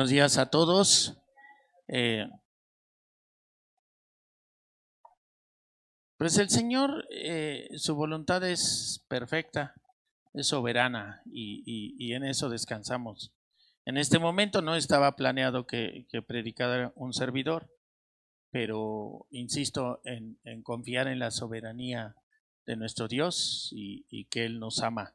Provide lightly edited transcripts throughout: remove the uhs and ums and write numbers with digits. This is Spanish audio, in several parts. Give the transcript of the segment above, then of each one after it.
Buenos días a todos. Pues el Señor, su voluntad es perfecta, es soberana y en eso descansamos. En este momento no estaba planeado que predicara un servidor, pero insisto en confiar en la soberanía de nuestro Dios y que Él nos ama.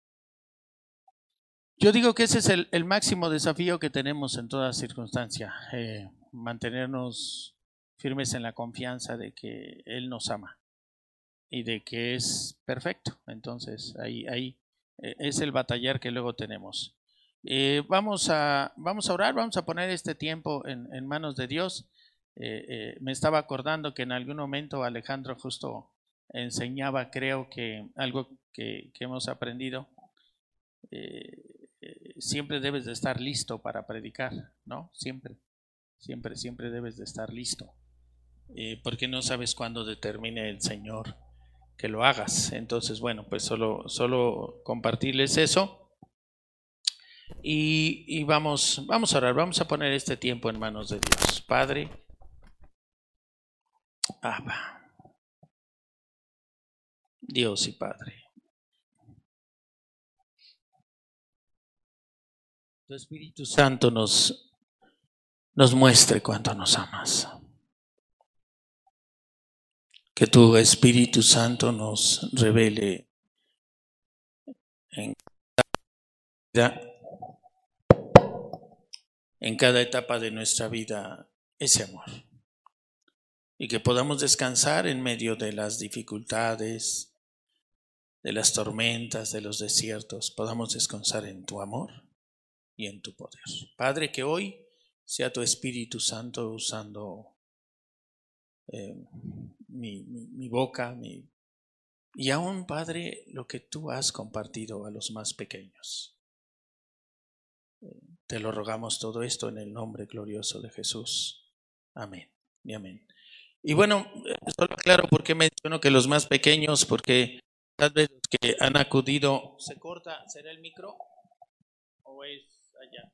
Yo digo que ese es el máximo desafío que tenemos en toda circunstancia, mantenernos firmes en la confianza de que Él nos ama y de que es perfecto. Entonces, ahí es el batallar que luego tenemos. Vamos a orar, vamos a poner este tiempo en manos de Dios. Me estaba acordando que en algún momento Alejandro justo enseñaba, creo que algo que hemos aprendido. Siempre debes de estar listo para predicar, ¿no? Siempre debes de estar listo, porque no sabes cuándo determine el Señor que lo hagas. Entonces, bueno, pues solo compartirles eso y vamos a orar, vamos a poner este tiempo en manos de Dios. Padre, Abba, Dios y Padre, tu Espíritu Santo nos muestre cuánto nos amas. Que tu Espíritu Santo nos revele en cada etapa de nuestra vida ese amor. Y que podamos descansar en medio de las dificultades, de las tormentas, de los desiertos. Podamos descansar en tu amor y en tu poder. Padre, que hoy sea tu Espíritu Santo usando mi boca, y aún, Padre, lo que tú has compartido a los más pequeños. Te lo rogamos todo esto en el nombre glorioso de Jesús. Amén y amén. Y bueno, solo aclaro por qué menciono que los más pequeños, porque tal vez los que han acudido, ¿se corta? ¿Será el micro? ¿O es allá?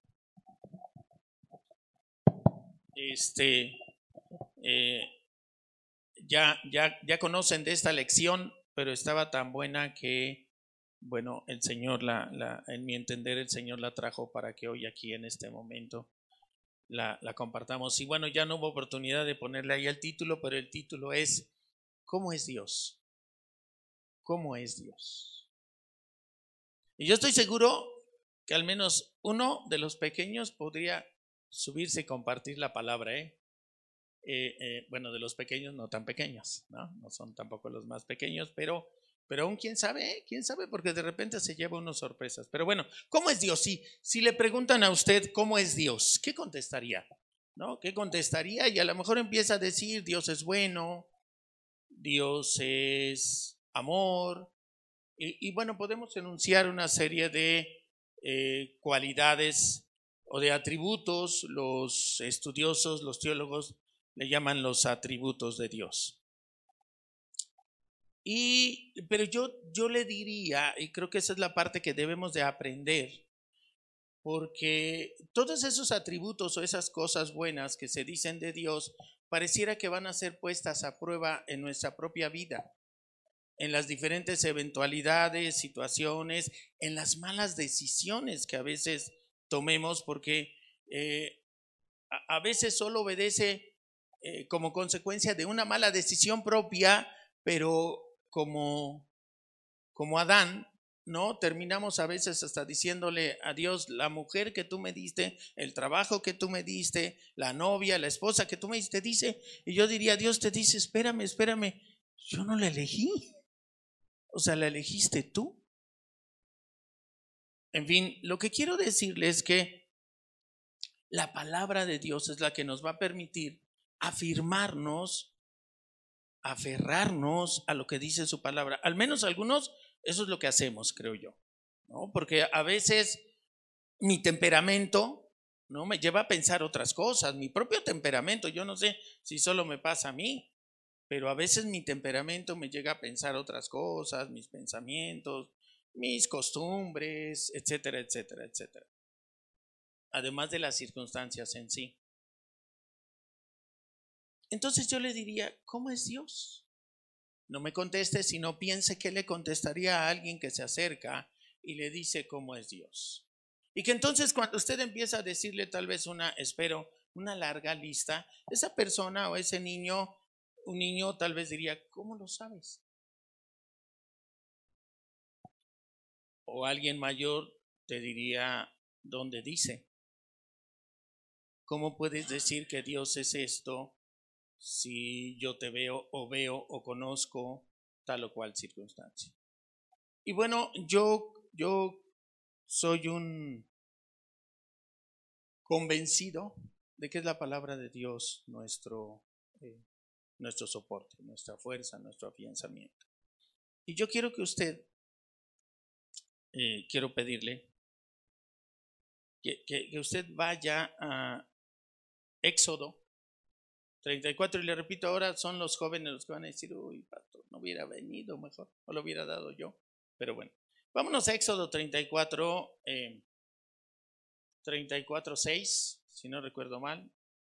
Ya conocen de esta lección, pero estaba tan buena que, bueno, el Señor en mi entender, el Señor la trajo para que hoy aquí en este momento la compartamos. Y bueno, ya no hubo oportunidad de ponerle ahí el título, pero el título es ¿cómo es Dios? ¿Cómo es Dios? Y yo estoy seguro que al menos uno de los pequeños podría subirse y compartir la palabra, bueno, de los pequeños no tan pequeños, no son tampoco los más pequeños, pero aún quién sabe, porque de repente se lleva unas sorpresas. Pero bueno, ¿cómo es Dios? Si le preguntan a usted cómo es Dios, ¿qué contestaría? ¿No? ¿Qué contestaría? Y a lo mejor empieza a decir Dios es bueno, Dios es amor, y bueno, podemos enunciar una serie de cualidades o de atributos. Los estudiosos, los teólogos le llaman los atributos de Dios. Pero yo le diría, y creo que esa es la parte que debemos de aprender, porque todos esos atributos o esas cosas buenas que se dicen de Dios pareciera que van a ser puestas a prueba en nuestra propia vida, en las diferentes eventualidades, situaciones, en las malas decisiones que a veces tomemos, porque a veces solo obedece como consecuencia de una mala decisión propia, pero como Adán, ¿no? Terminamos a veces hasta diciéndole a Dios, la mujer que tú me diste, el trabajo que tú me diste, la novia, la esposa que tú me diste, dice, y yo diría, Dios te dice, espérame, yo no la elegí. O sea, la elegiste tú. En fin, lo que quiero decirle es que la palabra de Dios es la que nos va a permitir afirmarnos, aferrarnos a lo que dice su palabra. Al menos algunos, eso es lo que hacemos, creo yo, ¿no? Porque a veces mi temperamento, ¿no?, me lleva a pensar otras cosas. Mi propio temperamento, yo no sé si solo me pasa a mí, pero a veces mi temperamento me llega a pensar otras cosas, mis pensamientos, mis costumbres, etcétera, etcétera, etcétera. además de las circunstancias en sí. Entonces yo le diría, ¿cómo es Dios? No me conteste, sino piense que le contestaría a alguien que se acerca y le dice cómo es Dios. Y que entonces cuando usted empieza a decirle tal vez una larga lista, esa persona o ese niño, un niño tal vez diría, ¿cómo lo sabes? O alguien mayor te diría, ¿dónde dice? ¿Cómo puedes decir que Dios es esto si yo te veo o conozco tal o cual circunstancia? Y bueno, yo soy un convencido de que es la palabra de Dios eh, nuestro soporte, nuestra fuerza, nuestro afianzamiento. Y yo quiero que usted, quiero pedirle que usted vaya a Éxodo 34, y le repito, ahora son los jóvenes los que van a decir, uy, pastor, no hubiera venido mejor, o lo hubiera dado yo, pero bueno, vámonos a Éxodo 34, 34:6, si no recuerdo mal,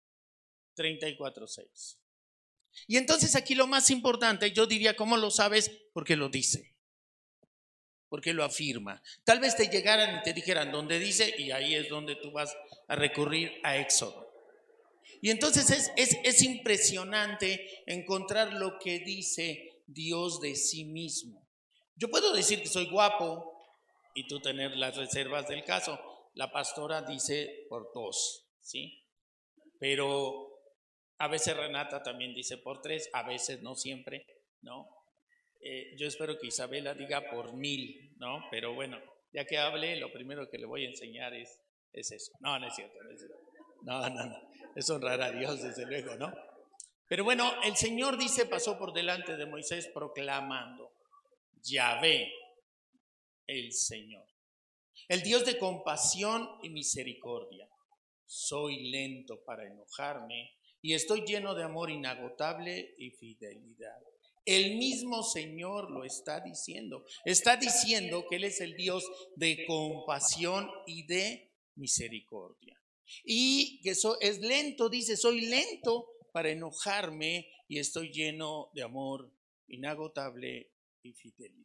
34:6. Y entonces aquí lo más importante, yo diría, ¿cómo lo sabes? Porque lo dice, porque lo afirma. Tal vez te llegaran y te dijeran dónde dice, y ahí es donde tú vas a recurrir a Éxodo. Y entonces es impresionante encontrar lo que dice Dios de sí mismo. Yo puedo decir que soy guapo y tú tener las reservas del caso. La pastora dice por dos, ¿sí? Pero a veces Renata también dice por tres, a veces no siempre, ¿no? Yo espero que Isabela diga por 1000, ¿no? Pero bueno, ya que hable, lo primero que le voy a enseñar es eso. No, no es cierto, no es cierto. No. Es honrar a Dios, desde luego, ¿no? Pero bueno, el Señor dice, pasó por delante de Moisés proclamando, Yahvé, el Señor, el Dios de compasión y misericordia. Soy lento para enojarme y estoy lleno de amor inagotable y fidelidad. El mismo Señor lo está diciendo. Está diciendo que Él es el Dios de compasión y de misericordia. Y que es lento, dice, soy lento para enojarme y estoy lleno de amor inagotable y fidelidad.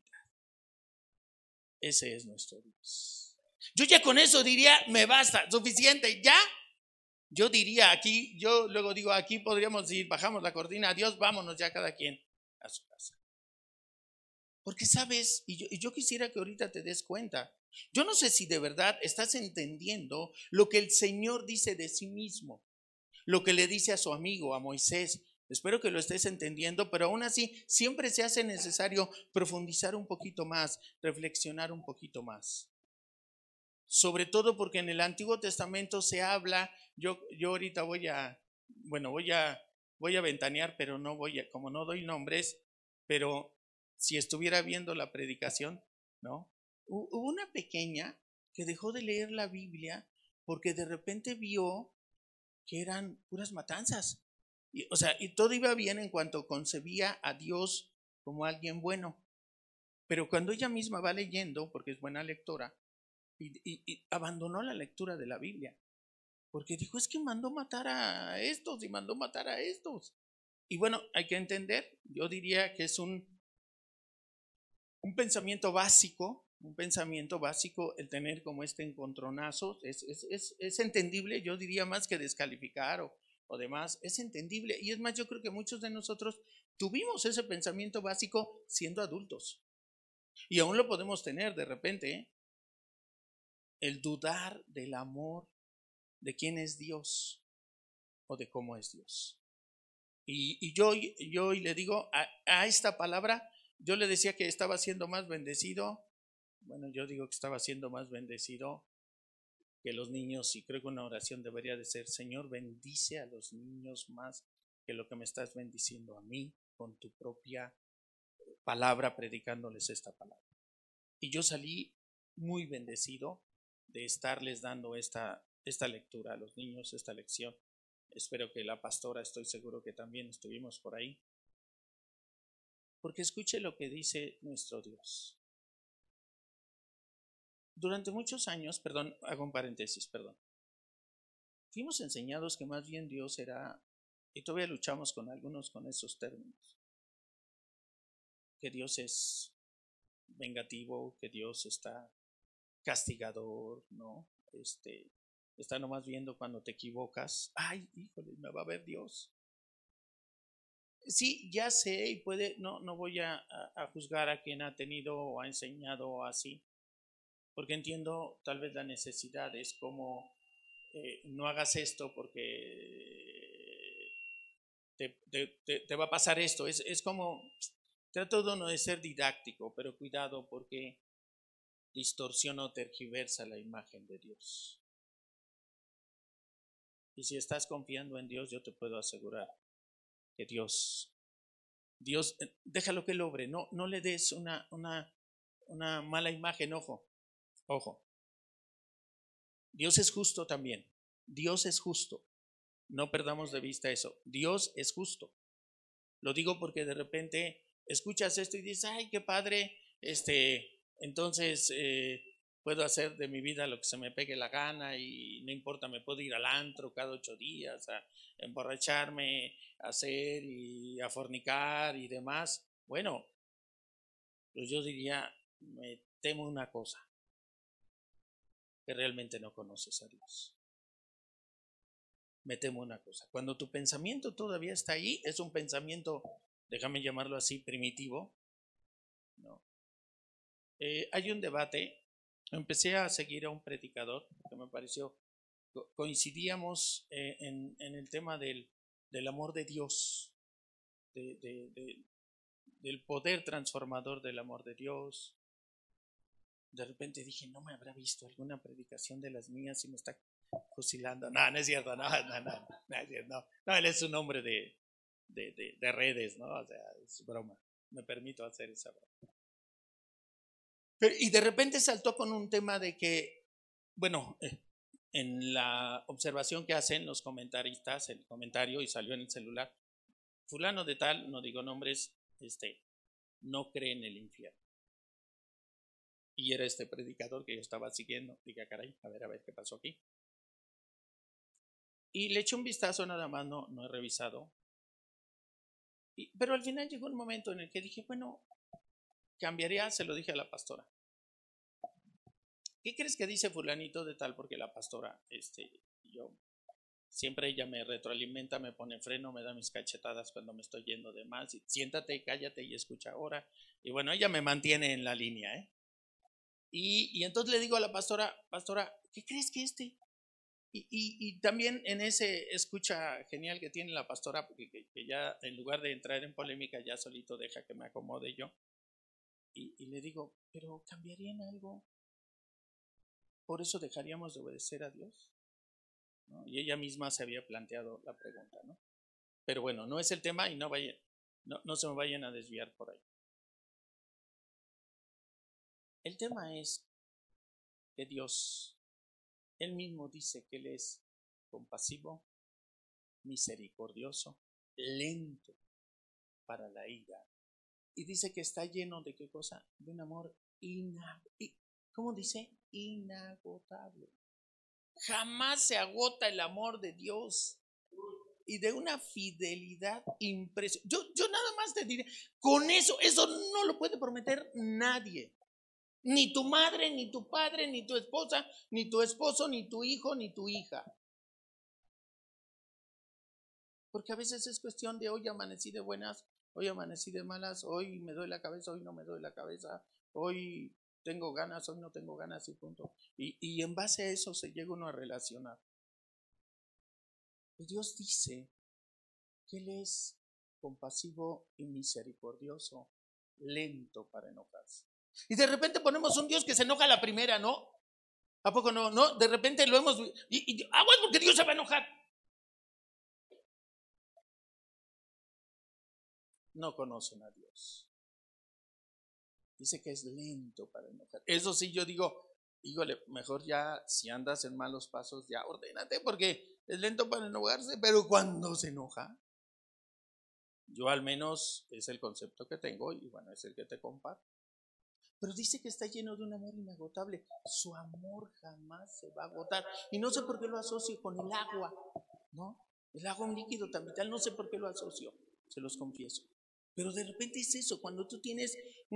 Ese es nuestro Dios. Yo ya con eso diría, me basta, suficiente, ya. Yo diría aquí, yo luego digo, aquí podríamos decir, bajamos la cortina, adiós, vámonos ya cada quien a su casa. Porque sabes, y yo quisiera que ahorita te des cuenta, yo no sé si de verdad estás entendiendo lo que el Señor dice de sí mismo, lo que le dice a su amigo, a Moisés. Espero que lo estés entendiendo, pero aún así siempre se hace necesario profundizar un poquito más, reflexionar un poquito más. Sobre todo porque en el Antiguo Testamento se habla, yo ahorita voy a ventanear, pero como no doy nombres, pero si estuviera viendo la predicación, ¿no? Hubo una pequeña que dejó de leer la Biblia porque de repente vio que eran puras matanzas. Y todo iba bien en cuanto concebía a Dios como alguien bueno. Pero cuando ella misma va leyendo, porque es buena lectora, y abandonó la lectura de la Biblia, porque dijo, es que mandó matar a estos y mandó matar a estos. Y bueno, hay que entender, yo diría que es un pensamiento básico, el tener como este encontronazo, es entendible, yo diría más que descalificar o demás, es entendible. Y es más, yo creo que muchos de nosotros tuvimos ese pensamiento básico siendo adultos. Y aún lo podemos tener de repente, ¿eh? El dudar del amor de quién es Dios o de cómo es Dios. Y yo le digo a esta palabra, yo le decía que estaba siendo más bendecido. Bueno, yo digo que estaba siendo más bendecido que los niños, y creo que una oración debería de ser, Señor, bendice a los niños más que lo que me estás bendiciendo a mí con tu propia palabra, predicándoles esta palabra. Y yo salí muy bendecido de estarles dando esta lectura a los niños, esta lección. Espero que la pastora, estoy seguro que también estuvimos por ahí. Porque escuche lo que dice nuestro Dios. Durante muchos años, hago un paréntesis, fuimos enseñados que más bien Dios era, y todavía luchamos con algunos con esos términos, que Dios es vengativo, que Dios está castigador, ¿no? Está nomás viendo cuando te equivocas. Ay, híjole, me va a ver Dios. Sí, ya sé, y no voy a juzgar a quien ha tenido o ha enseñado así, porque entiendo tal vez la necesidad, es como no hagas esto porque te va a pasar esto. Es como, trato de no de ser didáctico, pero cuidado porque distorsiona o tergiversa la imagen de Dios. Y si estás confiando en Dios, yo te puedo asegurar que Dios, déjalo que él obre, no le des una mala imagen, ojo. Dios es justo también, Dios es justo, no perdamos de vista eso, Dios es justo. Lo digo porque de repente escuchas esto y dices, ay, qué padre, entonces puedo hacer de mi vida lo que se me pegue la gana y no importa, me puedo ir al antro cada 8 días a emborracharme, a hacer y a fornicar y demás. Bueno, pues yo diría, me temo una cosa, que realmente no conoces a Dios. Me temo una cosa, cuando tu pensamiento todavía está ahí, es un pensamiento, déjame llamarlo así, primitivo, ¿no? Hay un debate, empecé a seguir a un predicador que me pareció, coincidíamos en el tema del amor de Dios, del poder transformador del amor de Dios. De repente dije, no me habrá visto alguna predicación de las mías y me está fusilando. No, no es cierto, no es cierto, no, él es un hombre de redes, ¿no? O sea, es broma, me permito hacer esa broma. Y de repente saltó con un tema de que, bueno, en la observación que hacen los comentaristas, el comentario, y salió en el celular, fulano de tal, no digo nombres, no cree en el infierno. Y era este predicador que yo estaba siguiendo. Dije, caray, a ver qué pasó aquí. Y le eché un vistazo nada más, no he revisado. Pero al final llegó un momento en el que dije, bueno, cambiaría, se lo dije a la pastora. ¿Qué crees que dice fulanito de tal? Porque la pastora, yo, siempre ella me retroalimenta, me pone freno, me da mis cachetadas cuando me estoy yendo de más. Y siéntate, cállate y escucha ahora. Y bueno, ella me mantiene en la línea, ¿eh? Y entonces le digo a la pastora, ¿qué crees que y también en ese escucha genial que tiene la pastora, que ya en lugar de entrar en polémica, ya solito deja que me acomode yo. Y le digo, ¿pero cambiarían algo? ¿Por eso dejaríamos de obedecer a Dios? ¿No? Y ella misma se había planteado la pregunta, ¿no? Pero bueno, no es el tema y no se me vayan a desviar por ahí. El tema es que Dios, Él mismo dice que Él es compasivo, misericordioso, lento para la ira. Y dice que está lleno de qué cosa? De un amor ¿cómo dice? Inagotable. Jamás se agota el amor de Dios. Y de una fidelidad impresionante. Yo nada más te diré, con eso no lo puede prometer nadie. Ni tu madre, ni tu padre, ni tu esposa, ni tu esposo, ni tu hijo, ni tu hija. Porque a veces es cuestión de hoy amanecí de buenas, hoy amanecí de malas, hoy me doy la cabeza, hoy no me doy la cabeza, hoy tengo ganas, hoy no tengo ganas y punto. Y en base a eso se llega uno a relacionar. Y Dios dice que Él es compasivo y misericordioso, lento para enojarse. Y de repente ponemos un Dios que se enoja a la primera, ¿no? ¿A poco no? ¿No? De repente lo hemos... aguas porque Dios se va a enojar. No conocen a Dios. Dice que es lento para enojar. Eso sí, yo digo, híjole, mejor ya si andas en malos pasos, ya ordénate porque es lento para enojarse, pero cuando se enoja, yo al menos es el concepto que tengo y bueno, es el que te comparto. Pero dice que está lleno de un amor inagotable. Su amor jamás se va a agotar. Y no sé por qué lo asocio con el agua, ¿no? El agua, un líquido tan vital, no sé por qué lo asocio, se los confieso. Pero de repente es eso, cuando tú tienes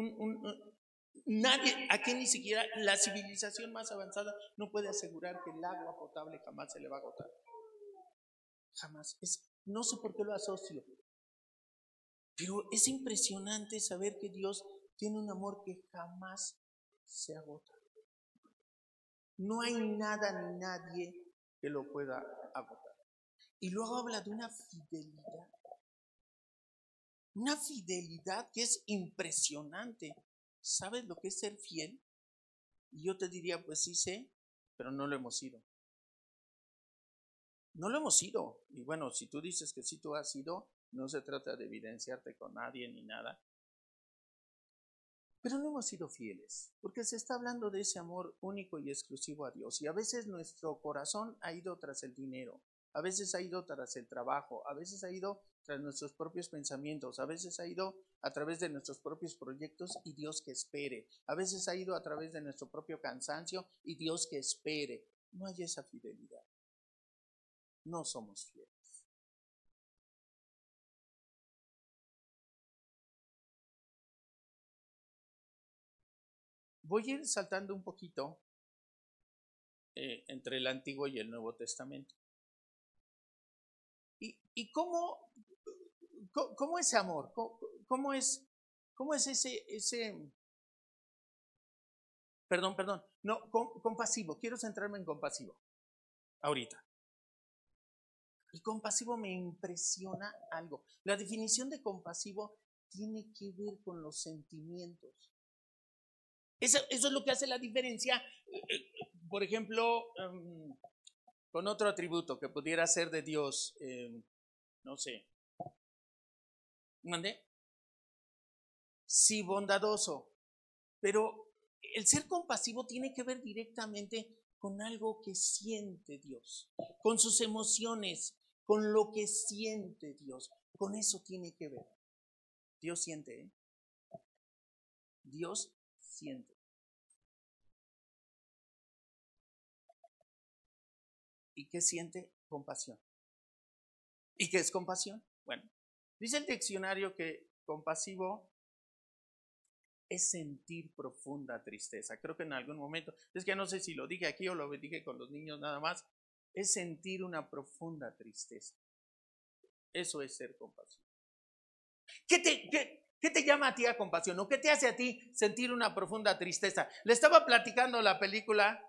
nadie, aquí ni siquiera la civilización más avanzada no puede asegurar que el agua potable jamás se le va a agotar. Jamás. No sé por qué lo asocio. Pero es impresionante saber que Dios tiene un amor que jamás se agota. No hay nada ni nadie que lo pueda agotar. Y luego habla de una fidelidad que es impresionante. ¿Sabes lo que es ser fiel? Y yo te diría, pues sí sé, pero no lo hemos sido. No lo hemos sido. Y bueno, si tú dices que sí tú has sido, no se trata de evidenciarte con nadie ni nada. Pero no hemos sido fieles, porque se está hablando de ese amor único y exclusivo a Dios. Y a veces nuestro corazón ha ido tras el dinero, a veces ha ido tras el trabajo, a veces ha ido tras nuestros propios pensamientos, a veces ha ido a través de nuestros propios proyectos y Dios que espere. A veces ha ido a través de nuestro propio cansancio y Dios que espere. No hay esa fidelidad. No somos fieles. Voy a ir saltando un poquito entre el Antiguo y el Nuevo Testamento. ¿Y cómo ese amor? ¿Cómo es ese perdón, no, compasivo? Quiero centrarme en compasivo ahorita. Y compasivo me impresiona algo. La definición de compasivo tiene que ver con los sentimientos. Eso es lo que hace la diferencia, por ejemplo, con otro atributo que pudiera ser de Dios, no sé. ¿Mande? Sí, bondadoso. Pero el ser compasivo tiene que ver directamente con algo que siente Dios, con sus emociones, con lo que siente Dios. Con eso tiene que ver. Dios siente, ¿eh? Dios siente. ¿Y qué siente? Compasión. ¿Y qué es compasión? Bueno, dice el diccionario que compasivo es sentir profunda tristeza. Creo que en algún momento, es que no sé si lo dije aquí o lo dije con los niños nada más, es sentir una profunda tristeza. Eso es ser compasivo. ¿Qué te llama a ti a compasión? ¿O qué te hace a ti sentir una profunda tristeza? Le estaba platicando la película,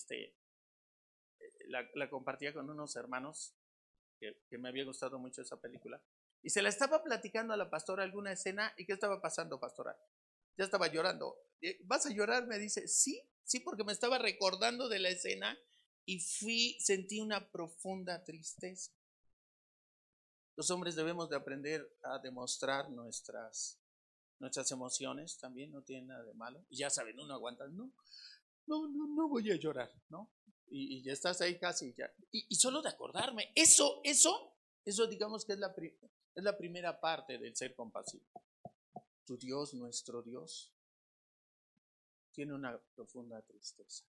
la compartía con unos hermanos que me había gustado mucho esa película. Y se la estaba platicando a la pastora alguna escena. ¿Y qué estaba pasando, pastora? Ya estaba llorando. ¿Vas a llorar? Me dice, sí, porque me estaba recordando de la escena y sentí una profunda tristeza. Los hombres debemos de aprender a demostrar nuestras emociones también, no tiene nada de malo. Y ya saben, uno aguanta, no voy a llorar, ¿no? Y ya estás ahí casi ya. Y solo de acordarme, eso digamos que es la primera parte del ser compasivo. Tu Dios, nuestro Dios, tiene una profunda tristeza.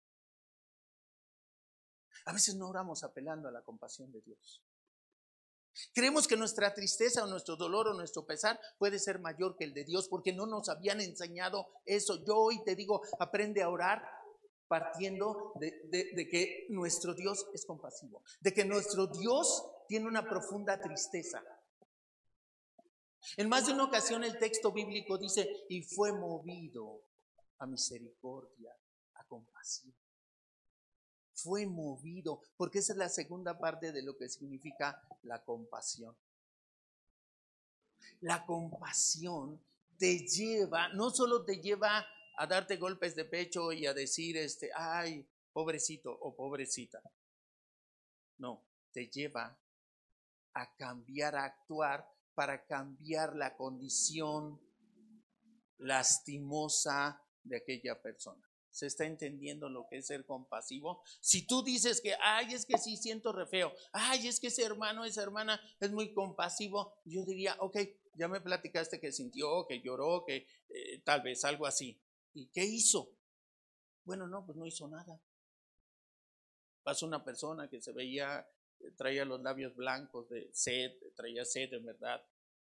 A veces no oramos apelando a la compasión de Dios. Creemos que nuestra tristeza o nuestro dolor o nuestro pesar puede ser mayor que el de Dios porque no nos habían enseñado eso. Yo hoy te digo, aprende a orar partiendo de que nuestro Dios es compasivo, de que nuestro Dios tiene una profunda tristeza. En más de una ocasión el texto bíblico dice, y fue movido a misericordia, a compasión. Fue movido, porque esa es la segunda parte de lo que significa la compasión. La compasión no solo te lleva a darte golpes de pecho y a decir, ay, pobrecito o pobrecita. No, te lleva a cambiar, a actuar para cambiar la condición lastimosa de aquella persona. ¿Se está entendiendo lo que es ser compasivo? Si tú dices que, ay, es que sí siento re feo, ay, es que ese hermano, esa hermana es muy compasivo, yo diría, ok, ya me platicaste que sintió, que lloró, que tal vez algo así. ¿Y qué hizo? Bueno, no, pues no hizo nada. Pasó una persona que se veía, traía los labios blancos de sed, traía sed en verdad,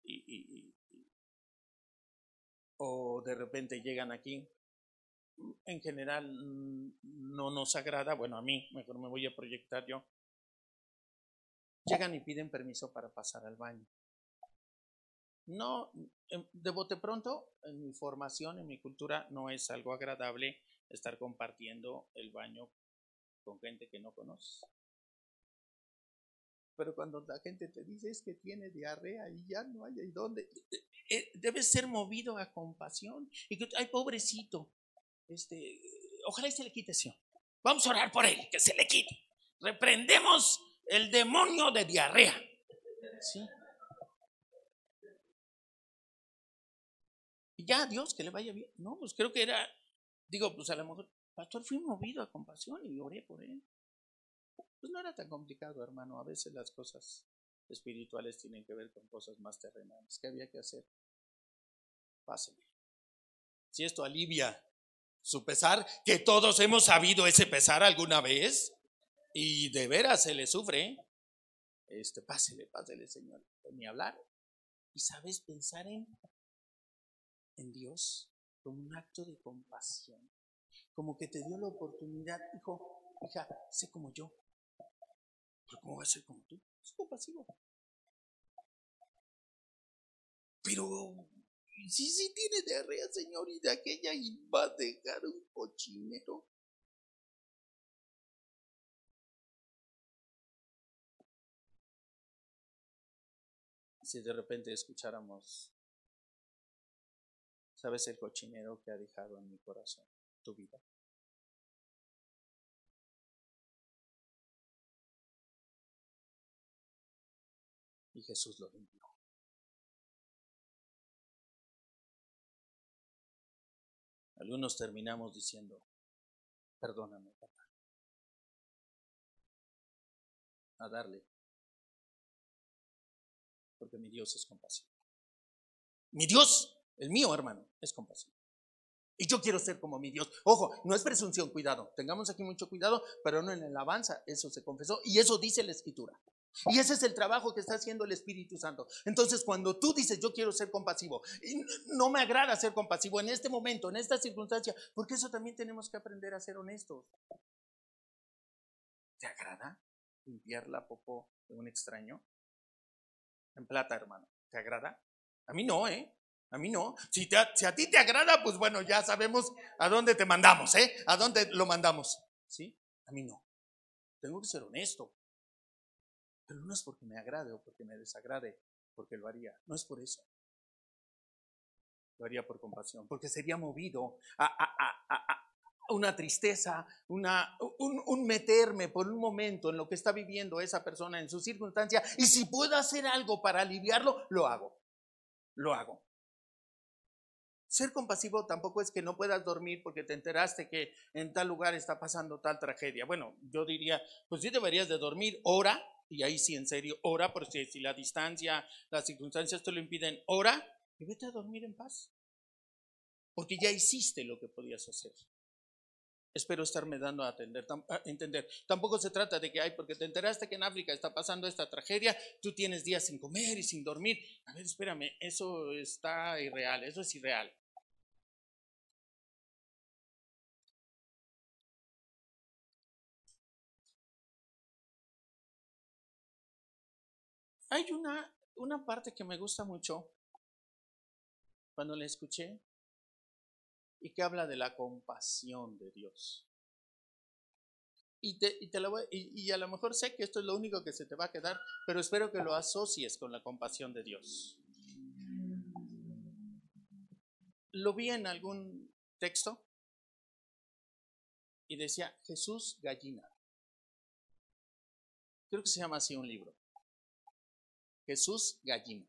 o de repente llegan aquí. En general no nos agrada, bueno, a mí, mejor me voy a proyectar yo. Llegan y piden permiso para pasar al baño. No, de bote pronto, en mi formación, en mi cultura, no es algo agradable estar compartiendo el baño con gente que no conoces. Pero cuando la gente te dice es que tiene diarrea y ya no hay dónde, debes ser movido a compasión. Y que, ay, pobrecito, ojalá y se le quite, Señor. Vamos a orar por él, que se le quite. Reprendemos el demonio de diarrea. ¿Sí? Y ya, Dios, que le vaya bien. No, pues creo que era, digo, pues a lo mejor, pastor, fui movido a compasión y oré por él. Pues no era tan complicado, hermano. A veces las cosas espirituales tienen que ver con cosas más terrenales. ¿Qué había que hacer? Páseme. Si esto alivia su pesar, que todos hemos sabido ese pesar alguna vez, y de veras se le sufre, pásele, Señor, ni hablar. Y sabes, pensar en Dios como un acto de compasión, como que te dio la oportunidad, hijo, hija, sé como yo, pero ¿cómo va a ser como tú? Es compasivo. Pero sí tiene diarrea, Señor, y de aquella iba a dejar un cochinero. Si de repente escucháramos, ¿sabes el cochinero que ha dejado en mi corazón tu vida? Y Jesús lo limpió. Algunos terminamos diciendo, perdóname, papá, a darle, porque mi Dios es compasivo. Mi Dios, el mío, hermano, es compasivo. Y yo quiero ser como mi Dios. Ojo, no es presunción, cuidado. Tengamos aquí mucho cuidado, pero no en la alabanza. Eso se confesó y eso dice la Escritura. Y ese es el trabajo que está haciendo el Espíritu Santo. Entonces, cuando tú dices, yo quiero ser compasivo, y no me agrada ser compasivo en este momento, en esta circunstancia, porque eso también tenemos que aprender a ser honestos. ¿Te agrada limpiar la popó de un extraño? En plata, hermano. ¿Te agrada? A mí no, ¿eh? A mí no. Si a ti te agrada, pues bueno, ya sabemos a dónde te mandamos, ¿eh? A dónde lo mandamos. ¿Sí? A mí no. Tengo que ser honesto. Pero no es porque me agrade o porque me desagrade, porque lo haría. No es por eso. Lo haría por compasión, porque sería movido a una tristeza, un meterme por un momento en lo que está viviendo esa persona, en su circunstancia, y si puedo hacer algo para aliviarlo, lo hago. Lo hago. Ser compasivo tampoco es que no puedas dormir porque te enteraste que en tal lugar está pasando tal tragedia. Bueno, yo diría, pues sí deberías de dormir, ora, y ahí sí en serio, ora, porque si la distancia, las circunstancias te lo impiden, ora y vete a dormir en paz. Porque ya hiciste lo que podías hacer. Espero estarme dando a entender. Tampoco se trata de que, ay, porque te enteraste que en África está pasando esta tragedia, tú tienes días sin comer y sin dormir. A ver, espérame, eso está irreal, eso es irreal. Hay una parte que me gusta mucho cuando la escuché y que habla de la compasión de Dios. Y a lo mejor sé que esto es lo único que se te va a quedar, pero espero que lo asocies con la compasión de Dios. Lo vi en algún texto y decía Jesús Gallina. Creo que se llama así un libro. Jesús Gallina.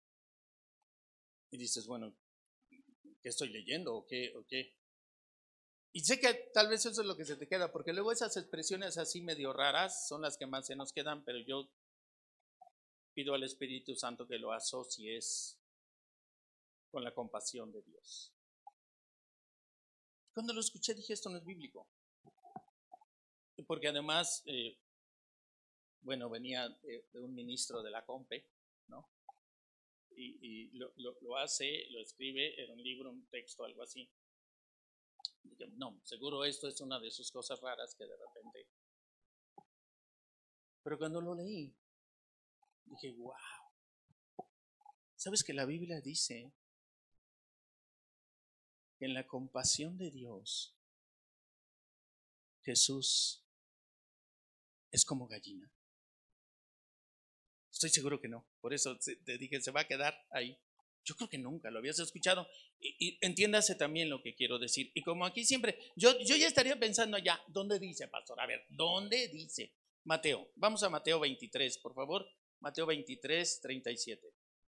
Y dices, bueno, ¿qué estoy leyendo o qué? Y sé que tal vez eso es lo que se te queda, porque luego esas expresiones así medio raras son las que más se nos quedan, pero yo pido al Espíritu Santo que lo asocies con la compasión de Dios. Cuando lo escuché dije, esto no es bíblico. Porque además, venía de un ministro de la COMPE, ¿no? Y lo hace, lo escribe en un libro, un texto, algo así. Dije, no, seguro esto es una de sus cosas raras que de repente. Pero cuando lo leí, dije, wow. ¿Sabes que la Biblia dice que en la compasión de Dios, Jesús es como gallina? Estoy seguro que no. Por eso te dije, se va a quedar ahí. Yo creo que nunca lo habías escuchado. Y entiéndase también lo que quiero decir. Y como aquí siempre, yo ya estaría pensando allá, ¿dónde dice, pastor? A ver, ¿dónde dice? Mateo. Vamos a Mateo 23, por favor. Mateo 23, 37.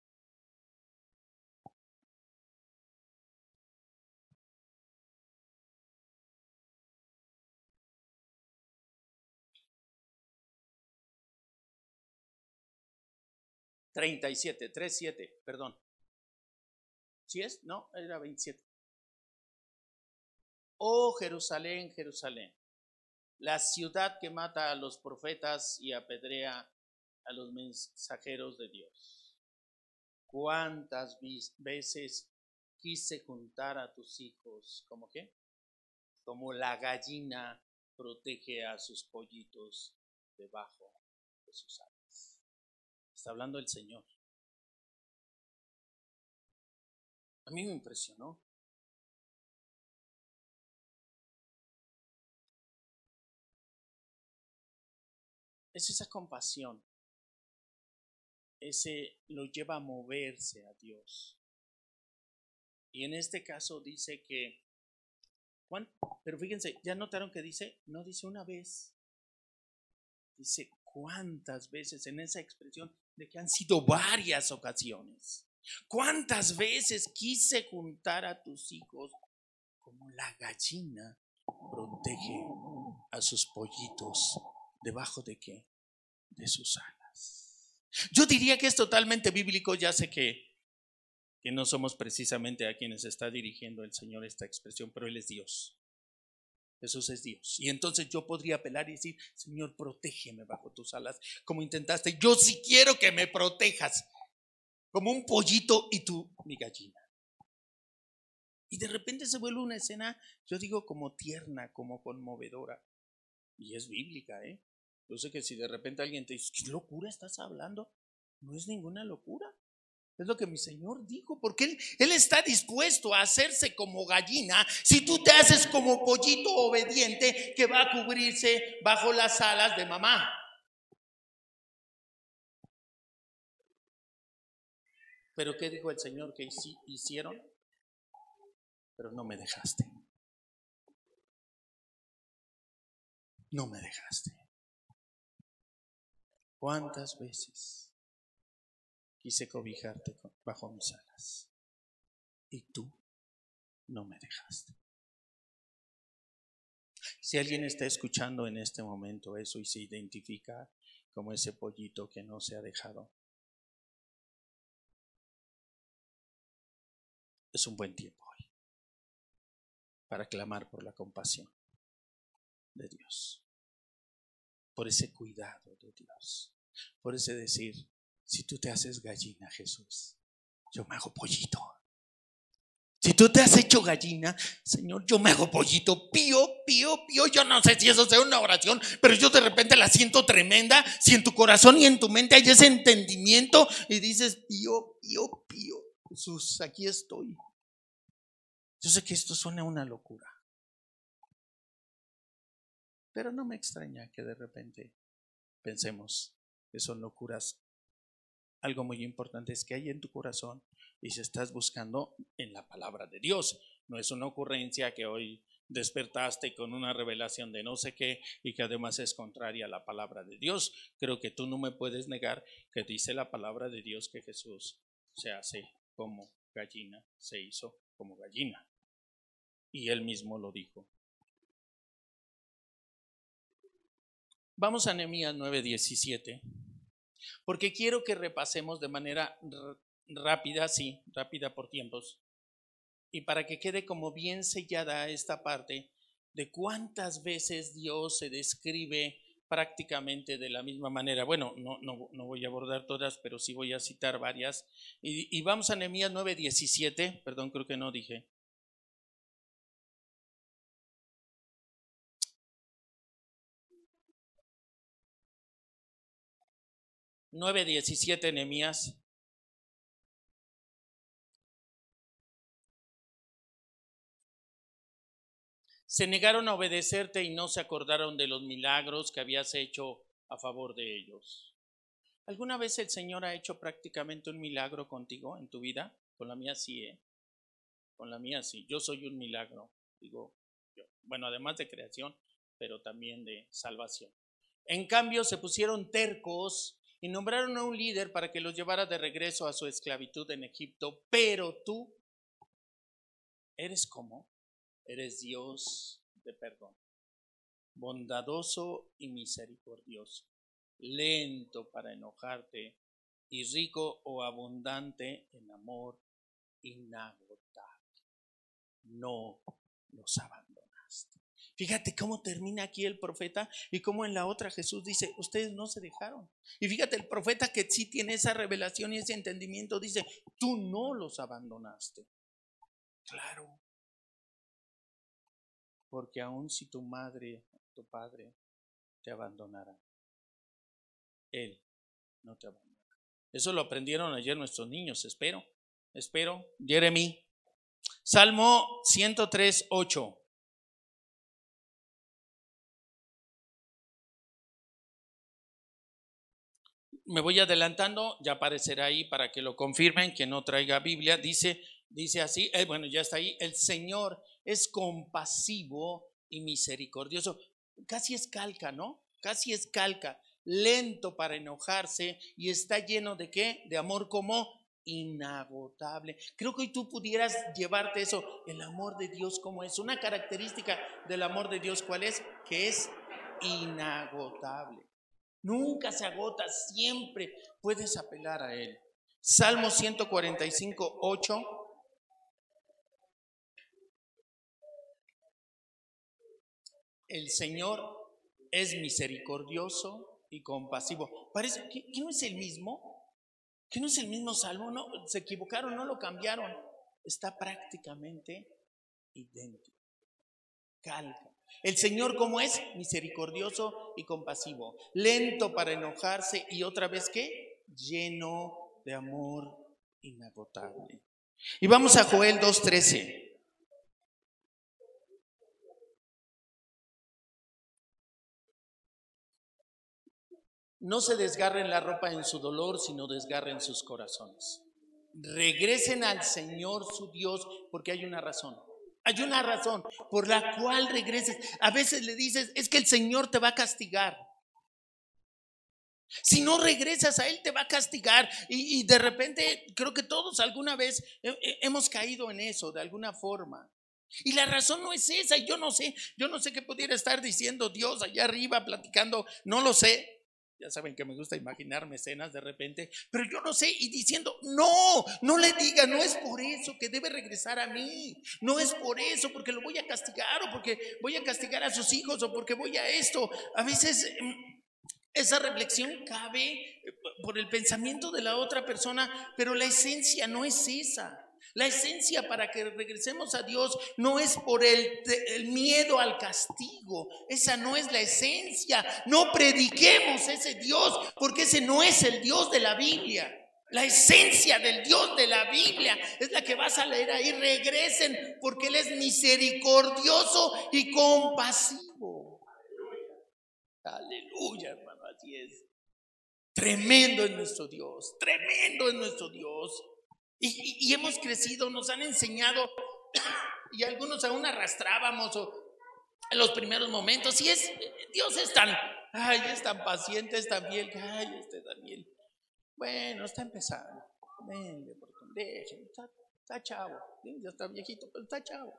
$37, 37, perdón. ¿Sí es? No, era 27. Oh Jerusalén, Jerusalén, la ciudad que mata a los profetas y apedrea a los mensajeros de Dios. ¿Cuántas veces quise juntar a tus hijos? ¿Cómo qué? Como la gallina protege a sus pollitos debajo de sus alas. Está hablando el Señor. A mí me impresionó. Es esa compasión. Ese lo lleva a moverse a Dios. Y en este caso dice que, pero fíjense, ¿ya notaron que dice? No dice una vez, dice cuántas veces en esa expresión de que han sido varias ocasiones. ¿Cuántas veces quise juntar a tus hijos como la gallina protege a sus pollitos debajo de qué? De sus alas. Yo diría que es totalmente bíblico, ya sé que no somos precisamente a quienes está dirigiendo el Señor esta expresión, pero Él es Dios. Jesús es Dios. Y entonces yo podría apelar y decir, Señor, protégeme bajo tus alas, como intentaste. Yo sí quiero que me protejas, como un pollito y tú, mi gallina. Y de repente se vuelve una escena, yo digo, como tierna, como conmovedora. Y es bíblica, ¿eh? Yo sé que si de repente alguien te dice, ¿qué locura estás hablando? No es ninguna locura. Es lo que mi Señor dijo, porque Él está dispuesto a hacerse como gallina si tú te haces como pollito obediente que va a cubrirse bajo las alas de mamá. Pero ¿qué dijo el Señor que hicieron? Pero no me dejaste. No me dejaste. ¿Cuántas veces quise cobijarte bajo mis alas y tú no me dejaste? Si alguien está escuchando en este momento eso y se identifica como ese pollito que no se ha dejado, es un buen tiempo hoy para clamar por la compasión de Dios, por ese cuidado de Dios, por ese decir, si tú te haces gallina, Jesús, yo me hago pollito. Si tú te has hecho gallina, Señor, yo me hago pollito, pío, pío, pío. Yo no sé si eso sea una oración, pero yo de repente la siento tremenda. Si en tu corazón y en tu mente hay ese entendimiento y dices, pío, pío, pío, Jesús, aquí estoy. Yo sé que esto suena una locura, pero no me extraña que de repente pensemos que son locuras. Algo muy importante es que hay en tu corazón y si estás buscando en la palabra de Dios. No es una ocurrencia que hoy despertaste con una revelación de no sé qué y que además es contraria a la palabra de Dios. Creo que tú no me puedes negar que dice la palabra de Dios que Jesús se hace como gallina, se hizo como gallina. Y él mismo lo dijo. Vamos a Nehemías 9:17, porque quiero que repasemos de manera rápida, sí, rápida por tiempos, Y para que quede como bien sellada esta parte de cuántas veces Dios se describe prácticamente de la misma manera. Bueno, no voy a abordar todas, pero sí voy a citar varias. Y vamos a Nehemías 9:17, perdón, creo que no dije. 9:17 Nehemías. Se negaron a obedecerte y no se acordaron de los milagros que habías hecho a favor de ellos. ¿Alguna vez el Señor ha hecho prácticamente un milagro contigo en tu vida? Con la mía sí, Con la mía sí. Yo soy un milagro, digo yo. Bueno, además de creación, pero también de salvación. En cambio, se pusieron tercos y nombraron a un líder para que los llevara de regreso a su esclavitud en Egipto. Pero tú eres como, eres Dios de perdón, bondadoso y misericordioso, lento para enojarte y rico o abundante en amor, inagotable. No los abandonaste. Fíjate cómo termina aquí el profeta y cómo en la otra Jesús dice, ustedes no se dejaron. Y fíjate, el profeta que sí tiene esa revelación y ese entendimiento dice, tú no los abandonaste. Claro, porque aun si tu madre, tu padre te abandonará, Él no te abandonará. Eso lo aprendieron ayer nuestros niños, espero. Jeremy. Salmo 103:8. Me voy adelantando, ya aparecerá ahí para que lo confirmen, que no traiga Biblia. Dice así, bueno, ya está ahí. El Señor es compasivo y misericordioso. Casi es calca, ¿no? Casi es calca. Lento para enojarse y está lleno de ¿qué? De amor como inagotable. Creo que hoy tú pudieras llevarte eso. El amor de Dios, ¿cómo es? Una característica del amor de Dios, ¿cuál es? Que es inagotable. Nunca se agota, siempre puedes apelar a Él. Salmo 145:8. El Señor es misericordioso y compasivo. Parece que no es el mismo, que no es el mismo salmo, no, se equivocaron, no lo cambiaron. Está prácticamente idéntico. Calca. El Señor, ¿cómo es? Misericordioso y compasivo, lento para enojarse y otra vez ¿qué? Lleno de amor inagotable. Y vamos a Joel 2:13. No se desgarren la ropa en su dolor, sino desgarren sus corazones. Regresen al Señor su Dios, porque hay una razón. Hay una razón por la cual regreses. A veces le dices, es que el Señor te va a castigar. Si no regresas a Él, te va a castigar. Y de repente, creo que todos alguna vez hemos caído en eso, de alguna forma. Y la razón no es esa. Yo no sé qué pudiera estar diciendo Dios allá arriba platicando, no lo sé. Ya saben que me gusta imaginarme escenas de repente, pero yo no sé, y diciendo, no le diga, no es por eso que debe regresar a mí, no es por eso, porque lo voy a castigar, o porque voy a castigar a sus hijos, o porque voy a esto. A veces esa reflexión cabe por el pensamiento de la otra persona, pero la esencia no es esa. La esencia para que regresemos a Dios no es por el miedo al castigo. Esa no es la esencia. No prediquemos ese Dios, porque ese no es el Dios de la Biblia. La esencia del Dios de la Biblia es la que vas a leer ahí. Regresen, porque Él es misericordioso y compasivo. Aleluya, hermano, así es. Tremendo es nuestro Dios, tremendo es nuestro Dios. Y hemos crecido, nos han enseñado, y algunos aún arrastrábamos en los primeros momentos. Y Dios es tan paciente, es tan fiel, Daniel. Bueno, está empezando. Venga, déjenme, está chavo. Ya está viejito, pero está chavo.